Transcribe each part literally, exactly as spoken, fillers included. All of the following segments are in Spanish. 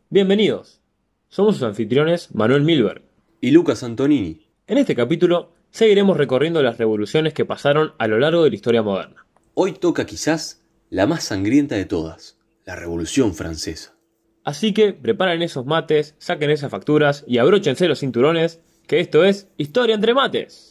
Bienvenidos, somos sus anfitriones Manuel Milberg y Lucas Antonini. En este capítulo seguiremos recorriendo las revoluciones que pasaron a lo largo de la historia moderna. Hoy toca quizás la más sangrienta de todas, la Revolución Francesa. Así que preparen esos mates, saquen esas facturas y abróchense los cinturones, que esto es Historia entre Mates.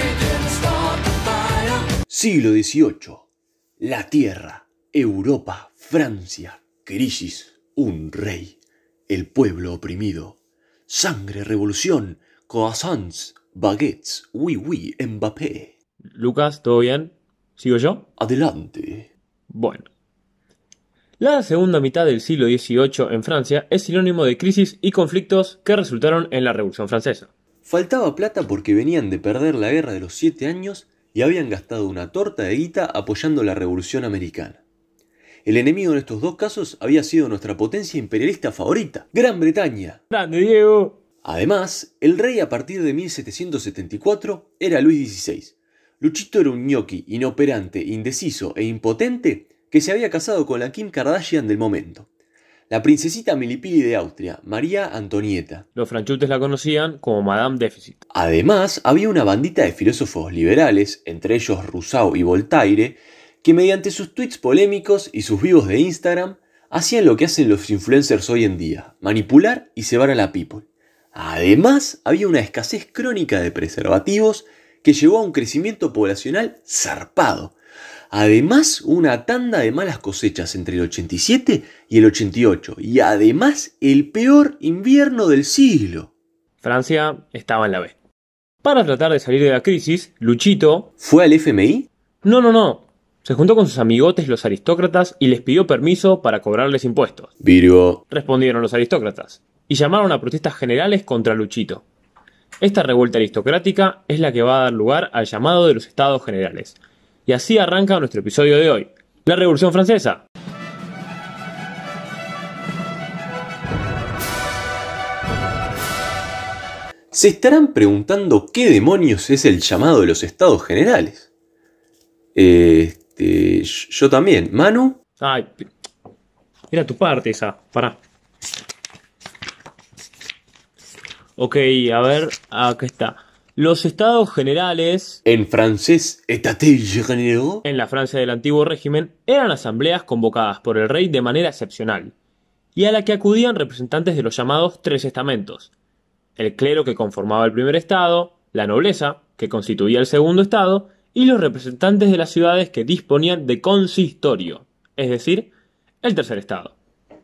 Siglo dieciocho. La Tierra, Europa, Francia, crisis, un rey, el pueblo oprimido, sangre, revolución, croissants, baguettes, oui oui, Mbappé. Lucas, ¿todo bien? ¿Sigo yo? Adelante. Bueno. La segunda mitad del siglo dieciocho en Francia es sinónimo de crisis y conflictos que resultaron en la Revolución Francesa. Faltaba plata porque venían de perder la guerra de los siete años y habían gastado una torta de guita apoyando la Revolución Americana. El enemigo en estos dos casos había sido nuestra potencia imperialista favorita, Gran Bretaña. ¡Grande, Diego! Además, el rey a partir de mil setecientos setenta y cuatro era Luis dieciséis. Luchito era un ñoqui inoperante, indeciso e impotente que se había casado con la Kim Kardashian del momento, la princesita milipili de Austria, María Antonieta. Los franchutes la conocían como Madame Déficit. Además, había una bandita de filósofos liberales, entre ellos Rousseau y Voltaire, que mediante sus tweets polémicos y sus vivos de Instagram, hacían lo que hacen los influencers hoy en día, manipular y cebar a la people. Además, había una escasez crónica de preservativos que llevó a un crecimiento poblacional zarpado. Además, una tanda de malas cosechas entre el ochenta y siete y el ochenta y ocho. Y además, el peor invierno del siglo. Francia estaba en la B. Para tratar de salir de la crisis, Luchito... ¿Fue al F M I? No, no, no. Se juntó con sus amigotes los aristócratas y les pidió permiso para cobrarles impuestos. Virgo. Respondieron los aristócratas y llamaron a protestas generales contra Luchito. Esta revuelta aristocrática es la que va a dar lugar al llamado de los Estados Generales. Y así arranca nuestro episodio de hoy, la Revolución Francesa. Se estarán preguntando qué demonios es el llamado de los Estados Generales. Este, yo también. ¿Manu? Ay, era tu parte esa, pará. Ok, a ver, acá está. Los Estados Generales, en francés, États Généraux, en la Francia del antiguo régimen, eran asambleas convocadas por el rey de manera excepcional, y a la que acudían representantes de los llamados tres estamentos: el clero que conformaba el primer estado, la nobleza, que constituía el segundo estado, y los representantes de las ciudades que disponían de consistorio, es decir, el tercer estado.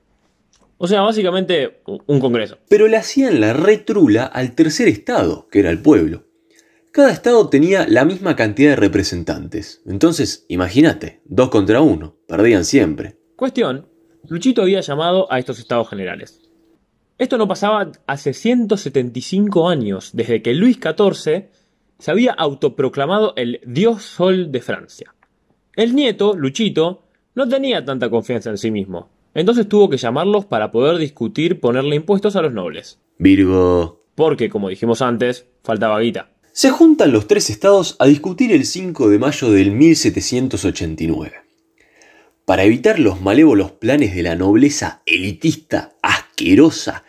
O sea, básicamente un congreso. Pero le hacían la retrula al tercer estado, que era el pueblo. Cada estado tenía la misma cantidad de representantes. Entonces, imagínate, dos contra uno, perdían siempre. Cuestión, Luchito había llamado a estos estados generales. Esto no pasaba hace ciento setenta y cinco años, desde que Luis catorce se había autoproclamado el Dios Sol de Francia. El nieto, Luchito, no tenía tanta confianza en sí mismo. Entonces tuvo que llamarlos para poder discutir ponerle impuestos a los nobles. Virgo. Porque, como dijimos antes, faltaba guita. Se juntan los tres estados a discutir el cinco de mayo del mil setecientos ochenta y nueve. Para evitar los malévolos planes de la nobleza elitista, asquerosa,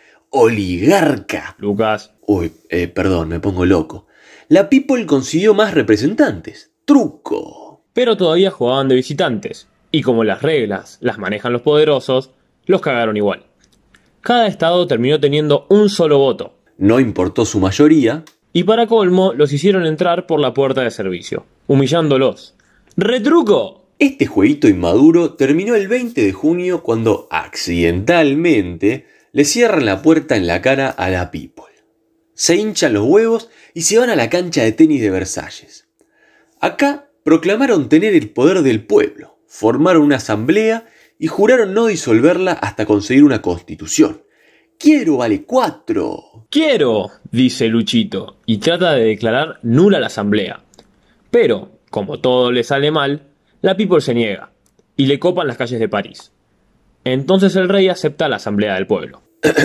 oligarca. Lucas. Uy, eh, perdón, me pongo loco. La people consiguió más representantes. Truco. Pero todavía jugaban de visitantes. Y como las reglas las manejan los poderosos, los cagaron igual. Cada estado terminó teniendo un solo voto. No importó su mayoría. Y para colmo, los hicieron entrar por la puerta de servicio, humillándolos. ¡Retruco! Este jueguito inmaduro terminó el veinte de junio cuando, accidentalmente, le cierran la puerta en la cara a la people. Se hinchan los huevos y se van a la cancha de tenis de Versalles. Acá proclamaron tener el poder del pueblo. Formaron una asamblea y juraron no disolverla hasta conseguir una constitución. ¡Quiero vale cuatro! ¡Quiero!, dice Luchito, y trata de declarar nula la asamblea. Pero, como todo le sale mal, la people se niega, y le copan las calles de París. Entonces el rey acepta la asamblea del pueblo.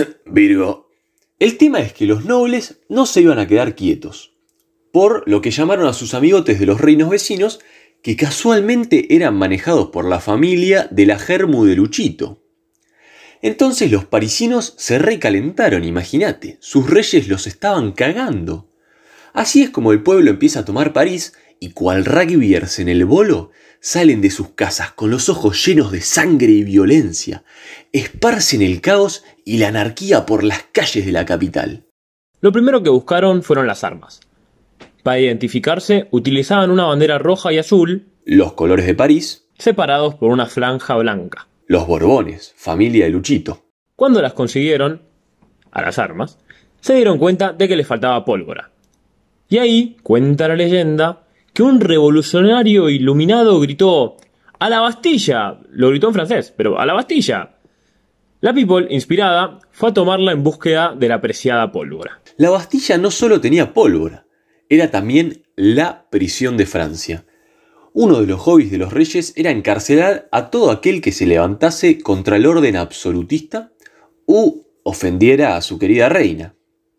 Virgo. El tema es que los nobles no se iban a quedar quietos, por lo que llamaron a sus amigotes de los reinos vecinos, que casualmente eran manejados por la familia de la germu de Luchito. Entonces los parisinos se recalentaron, imagínate, sus reyes los estaban cagando. Así es como el pueblo empieza a tomar París y cual rugbyers en el bolo salen de sus casas con los ojos llenos de sangre y violencia, esparcen el caos y la anarquía por las calles de la capital. Lo primero que buscaron fueron las armas. Para identificarse utilizaban una bandera roja y azul, los colores de París, separados por una franja blanca. Los Borbones, familia de Luchito. Cuando las consiguieron, a las armas, se dieron cuenta de que les faltaba pólvora. Y ahí, cuenta la leyenda, que un revolucionario iluminado gritó ¡A la Bastilla! Lo gritó en francés, pero ¡a la Bastilla! La People, inspirada, fue a tomarla en búsqueda de la preciada pólvora. La Bastilla no solo tenía pólvora, era también la prisión de Francia. Uno de los hobbies de los reyes era encarcelar a todo aquel que se levantase contra el orden absolutista u ofendiera a su querida reina.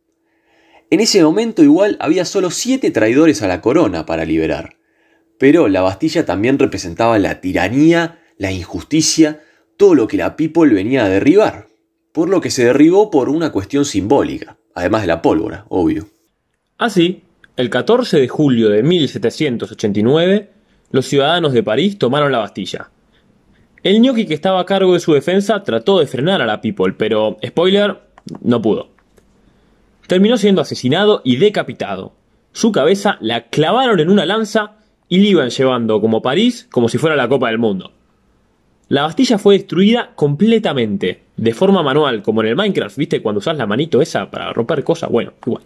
En ese momento igual había solo siete traidores a la corona para liberar, pero la Bastilla también representaba la tiranía, la injusticia, todo lo que la People venía a derribar, por lo que se derribó por una cuestión simbólica, además de la pólvora, obvio. Así, el catorce de julio de mil setecientos ochenta y nueve, los ciudadanos de París tomaron la Bastilla. El ñoqui que estaba a cargo de su defensa trató de frenar a la People, pero, spoiler, no pudo. Terminó siendo asesinado y decapitado. Su cabeza la clavaron en una lanza y la iban llevando como París como si fuera la Copa del Mundo. La Bastilla fue destruida completamente, de forma manual, como en el Minecraft, ¿viste? Cuando usás la manito esa para romper cosas, bueno, igual.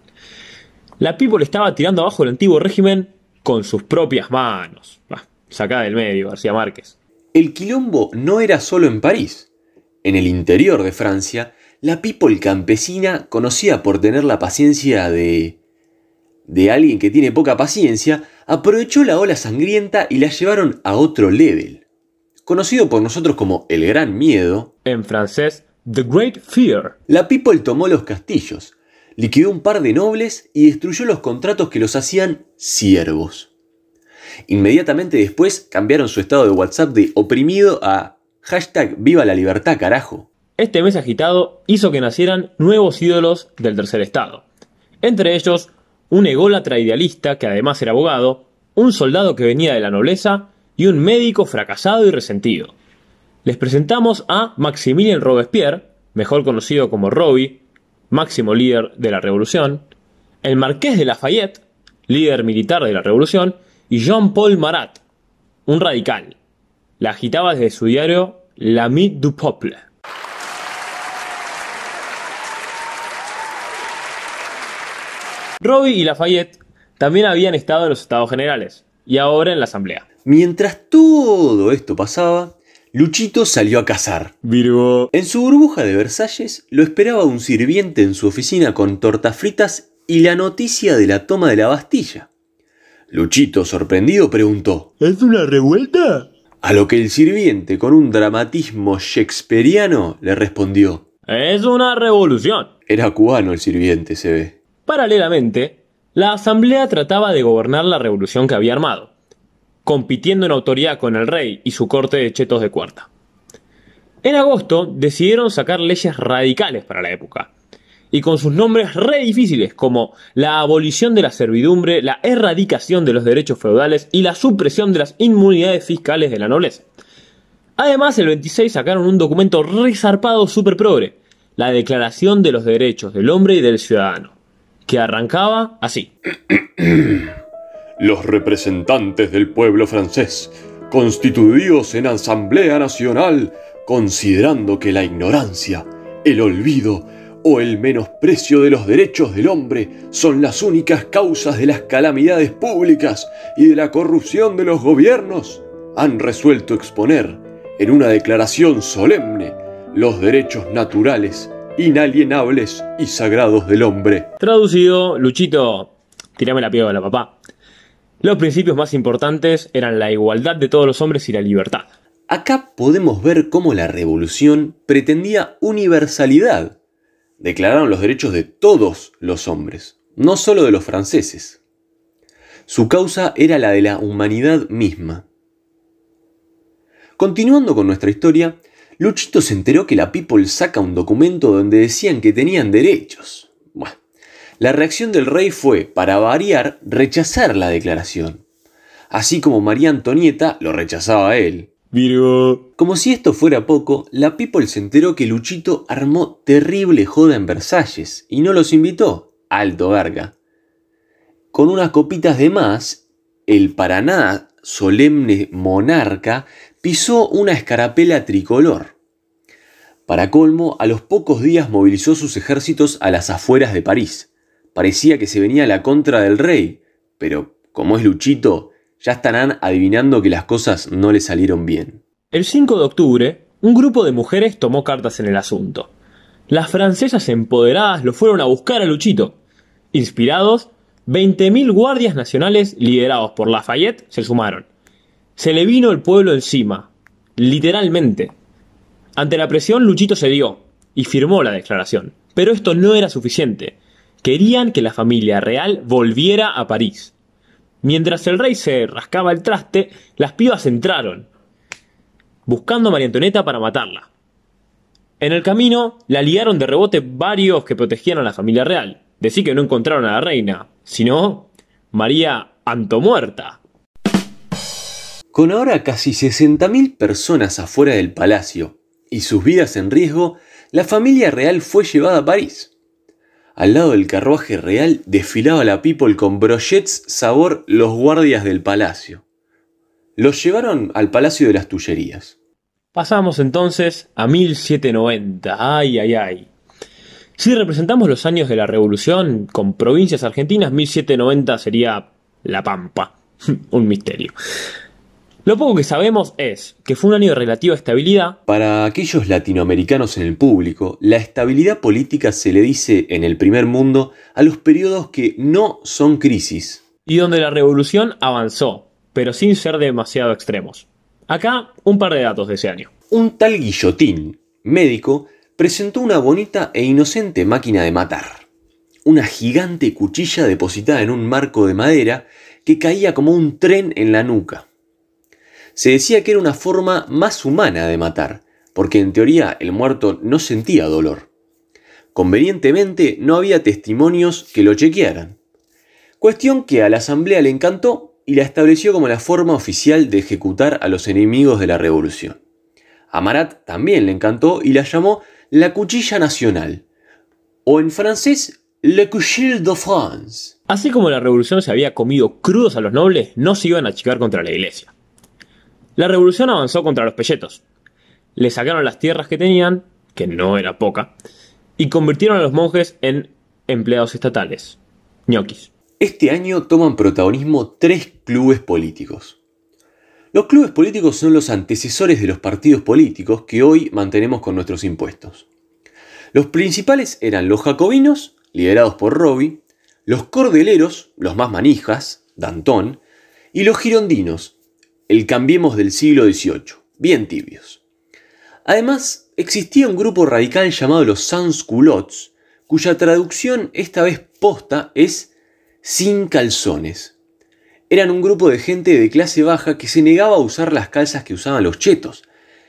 La People estaba tirando abajo el antiguo régimen con sus propias manos. Bah, sacá del medio, García Márquez. El quilombo no era solo en París. En el interior de Francia, la People campesina, conocida por tener la paciencia de... de alguien que tiene poca paciencia, aprovechó la ola sangrienta y la llevaron a otro level. Conocido por nosotros como el Gran Miedo, en francés, The Great Fear. La People tomó los castillos, liquidó un par de nobles y destruyó los contratos que los hacían siervos. Inmediatamente después cambiaron su estado de WhatsApp de oprimido a hashtag Viva la Libertad, carajo. Este mes agitado hizo que nacieran nuevos ídolos del tercer estado. Entre ellos, un ególatra idealista que además era abogado, un soldado que venía de la nobleza y un médico fracasado y resentido. Les presentamos a Maximilien Robespierre, mejor conocido como Robbie, máximo líder de la revolución, el Marqués de Lafayette, líder militar de la revolución, y Jean-Paul Marat, un radical. La agitaba desde su diario L'Ami du Peuple. Robbie y Lafayette también habían estado en los Estados Generales y ahora en la Asamblea. Mientras todo esto pasaba, Luchito salió a cazar. Virgo. En su burbuja de Versalles lo esperaba un sirviente en su oficina con tortas fritas y la noticia de la toma de la Bastilla. Luchito, sorprendido, preguntó: ¿Es una revuelta? A lo que el sirviente, con un dramatismo shakespeariano, le respondió: Es una revolución. Era cubano el sirviente, se ve. Paralelamente, la asamblea trataba de gobernar la revolución que había armado, compitiendo en autoridad con el rey y su corte de chetos de cuarta. En agosto decidieron sacar leyes radicales para la época, y con sus nombres re difíciles como la abolición de la servidumbre, la erradicación de los derechos feudales y la supresión de las inmunidades fiscales de la nobleza. Además, el veintiséis sacaron un documento resarpado super progre, la Declaración de los Derechos del Hombre y del Ciudadano, que arrancaba así. Los representantes del pueblo francés, constituidos en Asamblea Nacional, considerando que la ignorancia, el olvido o el menosprecio de los derechos del hombre son las únicas causas de las calamidades públicas y de la corrupción de los gobiernos, han resuelto exponer, en una declaración solemne, los derechos naturales, inalienables y sagrados del hombre. Traducido, Luchito, tirame la piola, papá. Los principios más importantes eran la igualdad de todos los hombres y la libertad. Acá podemos ver cómo la revolución pretendía universalidad. Declararon los derechos de todos los hombres, no solo de los franceses. Su causa era la de la humanidad misma. Continuando con nuestra historia, Luchito se enteró que la People saca un documento donde decían que tenían derechos. Bueno, la reacción del rey fue, para variar, rechazar la declaración. Así como María Antonieta lo rechazaba a él. Virgo. Como si esto fuera poco, la People se enteró que Luchito armó terrible joda en Versalles y no los invitó. Alto verga. Con unas copitas de más, el para nada solemne monarca pisó una escarapela tricolor. Para colmo, a los pocos días movilizó sus ejércitos a las afueras de París. Parecía que se venía a la contra del rey, pero como es Luchito, ya estarán adivinando que las cosas no le salieron bien. El cinco de octubre, un grupo de mujeres tomó cartas en el asunto. Las francesas empoderadas lo fueron a buscar a Luchito. Inspirados, veinte mil guardias nacionales liderados por Lafayette se sumaron. Se le vino el pueblo encima, literalmente. Ante la presión, Luchito cedió y firmó la declaración. Pero esto no era suficiente. Querían que la familia real volviera a París. Mientras el rey se rascaba el traste, las pibas entraron, buscando a María Antonieta para matarla. En el camino, la ligaron de rebote varios que protegían a la familia real. Decí que no encontraron a la reina, sino María Antomuerta. Con ahora casi sesenta mil personas afuera del palacio y sus vidas en riesgo, la familia real fue llevada a París. Al lado del carruaje real desfilaba la People con brochets sabor los guardias del palacio. Los llevaron al Palacio de las Tullerías. Pasamos entonces a mil setecientos noventa. Ay, ay, ay. Si representamos los años de la Revolución con provincias argentinas, mil setecientos noventa sería La Pampa. Un misterio. Lo poco que sabemos es que fue un año de relativa estabilidad. Para aquellos latinoamericanos en el público, la estabilidad política se le dice en el primer mundo a los periodos que no son crisis. Y donde la revolución avanzó, pero sin ser demasiado extremos. Acá un par de datos de ese año. Un tal Guillotín, médico, presentó una bonita e inocente máquina de matar. Una gigante cuchilla depositada en un marco de madera que caía como un tren en la nuca. Se decía que era una forma más humana de matar, porque en teoría el muerto no sentía dolor. Convenientemente no había testimonios que lo chequearan. Cuestión que a la asamblea le encantó y la estableció como la forma oficial de ejecutar a los enemigos de la revolución. A Marat también le encantó y la llamó la cuchilla nacional, o en francés, le cuchille de France. Así como la revolución se había comido crudos a los nobles, no se iban a achicar contra la iglesia. La revolución avanzó contra los pelletos. Le sacaron las tierras que tenían, que no era poca, y convirtieron a los monjes en empleados estatales, ñoquis. Este año toman protagonismo tres clubes políticos. Los clubes políticos son los antecesores de los partidos políticos que hoy mantenemos con nuestros impuestos. Los principales eran los jacobinos, liderados por Roby, los cordeleros, los más manijas, Danton, y los girondinos, el Cambiemos del siglo dieciocho, bien tibios. Además, existía un grupo radical llamado los sans-culottes, cuya traducción esta vez posta es sin calzones. Eran un grupo de gente de clase baja que se negaba a usar las calzas que usaban los chetos,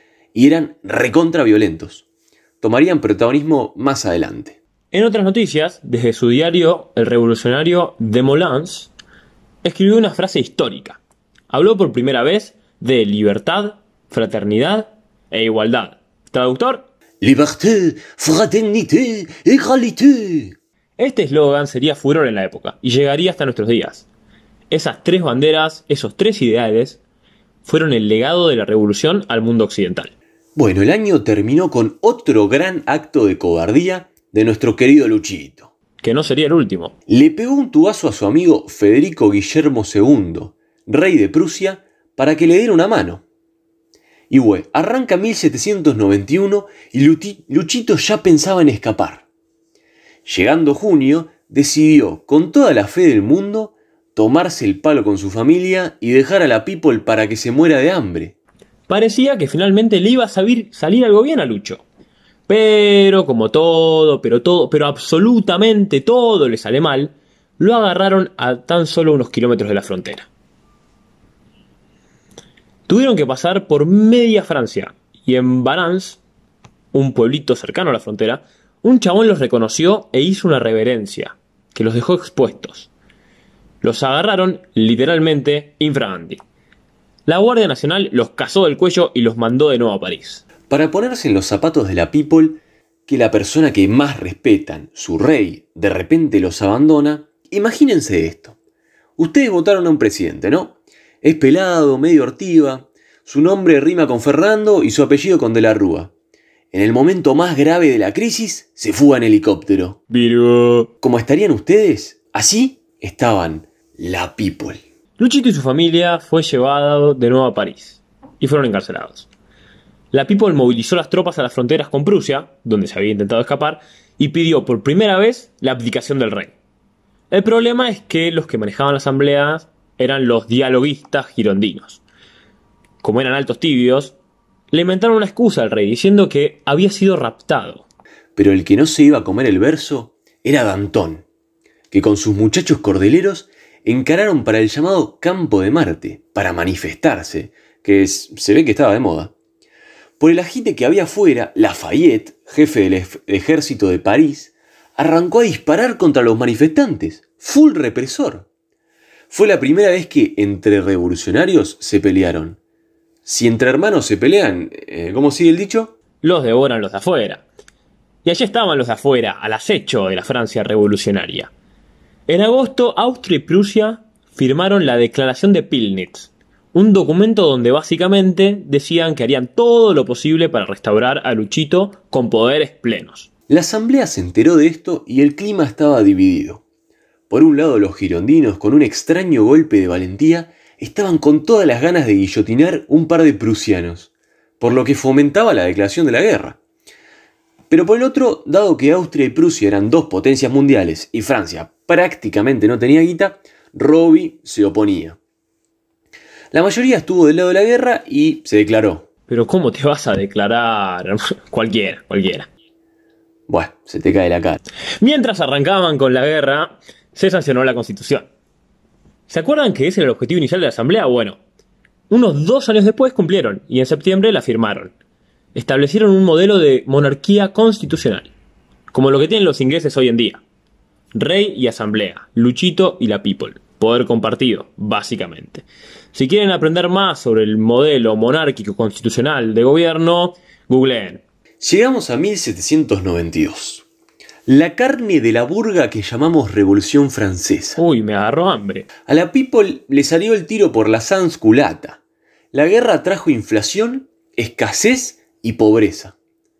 y eran recontra violentos. Tomarían protagonismo más adelante. En otras noticias, desde su diario, el revolucionario Desmoulins escribió una frase histórica. Habló por primera vez de libertad, fraternidad e igualdad. Traductor: Liberté, fraternité, égalité. Este eslogan sería furor en la época y llegaría hasta nuestros días. Esas tres banderas, esos tres ideales, fueron el legado de la revolución al mundo occidental. Bueno, el año terminó con otro gran acto de cobardía de nuestro querido Luchito. Que no sería el último. Le pegó un tubazo a su amigo Federico Guillermo segundo, rey de Prusia, para que le diera una mano. Y bueno, arranca mil setecientos noventa y uno y Luchito ya pensaba en escapar. Llegando junio, decidió, con toda la fe del mundo, tomarse el palo con su familia y dejar a la people para que se muera de hambre. Parecía que finalmente le iba a salir, salir algo bien a Lucho. Pero como todo, pero todo, pero absolutamente todo le sale mal, lo agarraron a tan solo unos kilómetros de la frontera. Tuvieron que pasar por media Francia y en Valence un pueblito cercano a la frontera, un chabón los reconoció e hizo una reverencia, que los dejó expuestos. Los agarraron, literalmente, infraganti. La Guardia Nacional los cazó del cuello y los mandó de nuevo a París. Para ponerse en los zapatos de la people, que la persona que más respetan, su rey, de repente los abandona, imagínense esto. Ustedes votaron a un presidente, ¿no? Es pelado, medio ortiva, su nombre rima con Fernando y su apellido con De la Rúa. En el momento más grave de la crisis, se fuga en helicóptero. Virgo. ¿Cómo estarían ustedes? Así estaban la people. Luchito y su familia fue llevado de nuevo a París y fueron encarcelados. La people movilizó las tropas a las fronteras con Prusia, donde se había intentado escapar, y pidió por primera vez la abdicación del rey. El problema es que los que manejaban las asambleas eran los dialoguistas girondinos. Como eran altos tibios, le inventaron una excusa al rey diciendo que había sido raptado. Pero el que no se iba a comer el verso era Danton, que con sus muchachos cordeleros encararon para el llamado Campo de Marte, para manifestarse, que es, se ve que estaba de moda. Por el agite que había afuera, Lafayette, jefe del ejército de París, arrancó a disparar contra los manifestantes, full represor. Fue la primera vez que entre revolucionarios se pelearon. Si entre hermanos se pelean, eh, ¿cómo sigue el dicho? Los devoran los de afuera. Y allí estaban los de afuera, al acecho de la Francia revolucionaria. En agosto, Austria y Prusia firmaron la Declaración de Pillnitz, un documento donde básicamente decían que harían todo lo posible para restaurar a Luchito con poderes plenos. La asamblea se enteró de esto y el clima estaba dividido. Por un lado, los girondinos, con un extraño golpe de valentía, estaban con todas las ganas de guillotinar un par de prusianos, por lo que fomentaba la declaración de la guerra. Pero por el otro, dado que Austria y Prusia eran dos potencias mundiales y Francia prácticamente no tenía guita, Robbie se oponía. La mayoría estuvo del lado de la guerra y se declaró. Pero ¿cómo te vas a declarar? cualquiera, cualquiera. Bueno, se te cae la cara. Mientras arrancaban con la guerra, se sancionó la Constitución. ¿Se acuerdan que ese era el objetivo inicial de la Asamblea? Bueno, unos dos años después cumplieron y en septiembre la firmaron. Establecieron un modelo de monarquía constitucional, como lo que tienen los ingleses hoy en día. Rey y asamblea, Luchito y la people, poder compartido, básicamente. Si quieren aprender más sobre el modelo monárquico constitucional de gobierno, googleen. Llegamos a mil setecientos noventa y dos. La carne de la burga que llamamos Revolución Francesa. Uy, me agarró hambre. A la people le salió el tiro por la sans culata. La guerra trajo inflación, escasez y pobreza.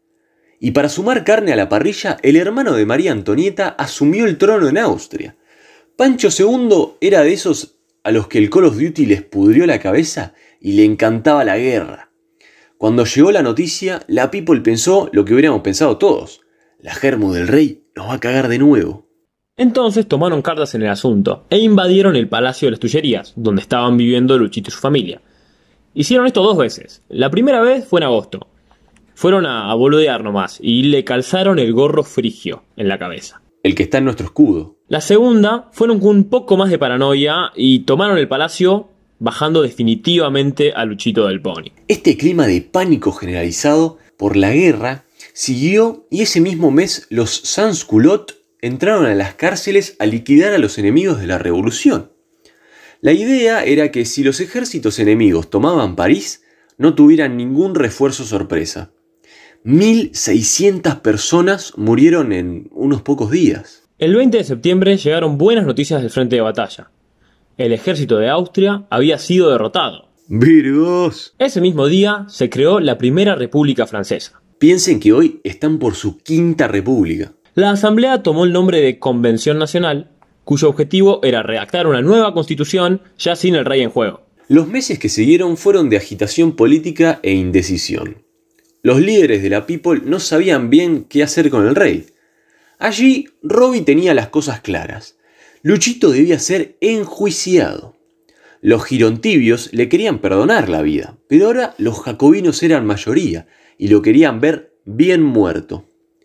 Y para sumar carne a la parrilla, el hermano de María Antonieta asumió el trono en Austria. Pancho segundo era de esos a los que el Call of Duty les pudrió la cabeza y le encantaba la guerra. Cuando llegó la noticia, la people pensó lo que hubiéramos pensado todos. La germu del rey nos va a cagar de nuevo. Entonces tomaron cartas en el asunto e invadieron el Palacio de las Tullerías, donde estaban viviendo Luchito y su familia. Hicieron esto dos veces. La primera vez fue en agosto. Fueron a, a boludear nomás y le calzaron el gorro frigio en la cabeza. El que está en nuestro escudo. La segunda fueron con un poco más de paranoia y tomaron el palacio bajando definitivamente a Luchito del Pony. Este clima de pánico generalizado por la guerra siguió y ese mismo mes los sans-culottes entraron a las cárceles a liquidar a los enemigos de la revolución. La idea era que si los ejércitos enemigos tomaban París, no tuvieran ningún refuerzo sorpresa. mil seiscientas personas murieron en unos pocos días. El veinte de septiembre llegaron buenas noticias del frente de batalla. El ejército de Austria había sido derrotado. ¡Virgos! Ese mismo día se creó la Primera República Francesa. Piensen que hoy están por su quinta república. La asamblea tomó el nombre de Convención Nacional, cuyo objetivo era redactar una nueva constitución ya sin el rey en juego. Los meses que siguieron fueron de agitación política e indecisión. Los líderes de la people no sabían bien qué hacer con el rey. Allí, Robbie tenía las cosas claras. Luchito debía ser enjuiciado. Los girontibios le querían perdonar la vida, pero ahora los jacobinos eran mayoría y lo querían ver bien muerto.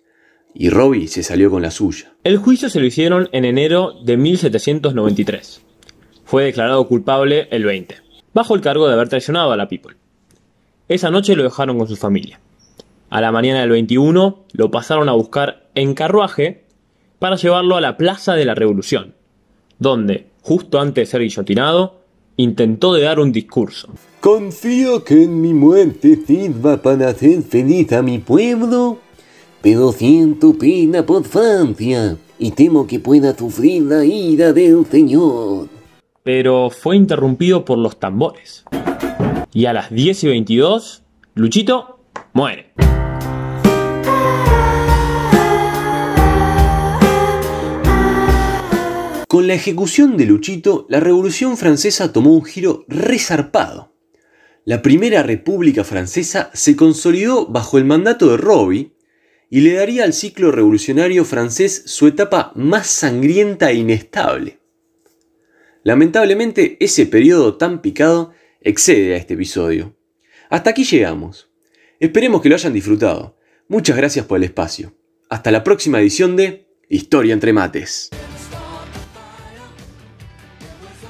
Y Robbie se salió con la suya. El juicio se lo hicieron en enero de mil setecientos noventa y tres. Fue declarado culpable el veinte, bajo el cargo de haber traicionado a la people. Esa noche lo dejaron con su familia. A la mañana del veintiuno lo pasaron a buscar en carruaje para llevarlo a la Plaza de la Revolución, donde, justo antes de ser guillotinado, intentó de dar un discurso. Confío que en mi muerte sirva para hacer feliz a mi pueblo, pero siento pena por Francia y temo que pueda sufrir la ira del Señor. Pero fue interrumpido por los tambores. Y a las diez y veintidós, Luchito muere. Con la ejecución de Luchito, la Revolución Francesa tomó un giro resarpado. La Primera República Francesa se consolidó bajo el mandato de Robespierre y le daría al ciclo revolucionario francés su etapa más sangrienta e inestable. Lamentablemente, ese periodo tan picado excede a este episodio. Hasta aquí llegamos. Esperemos que lo hayan disfrutado. Muchas gracias por el espacio. Hasta la próxima edición de Historia entre Mates.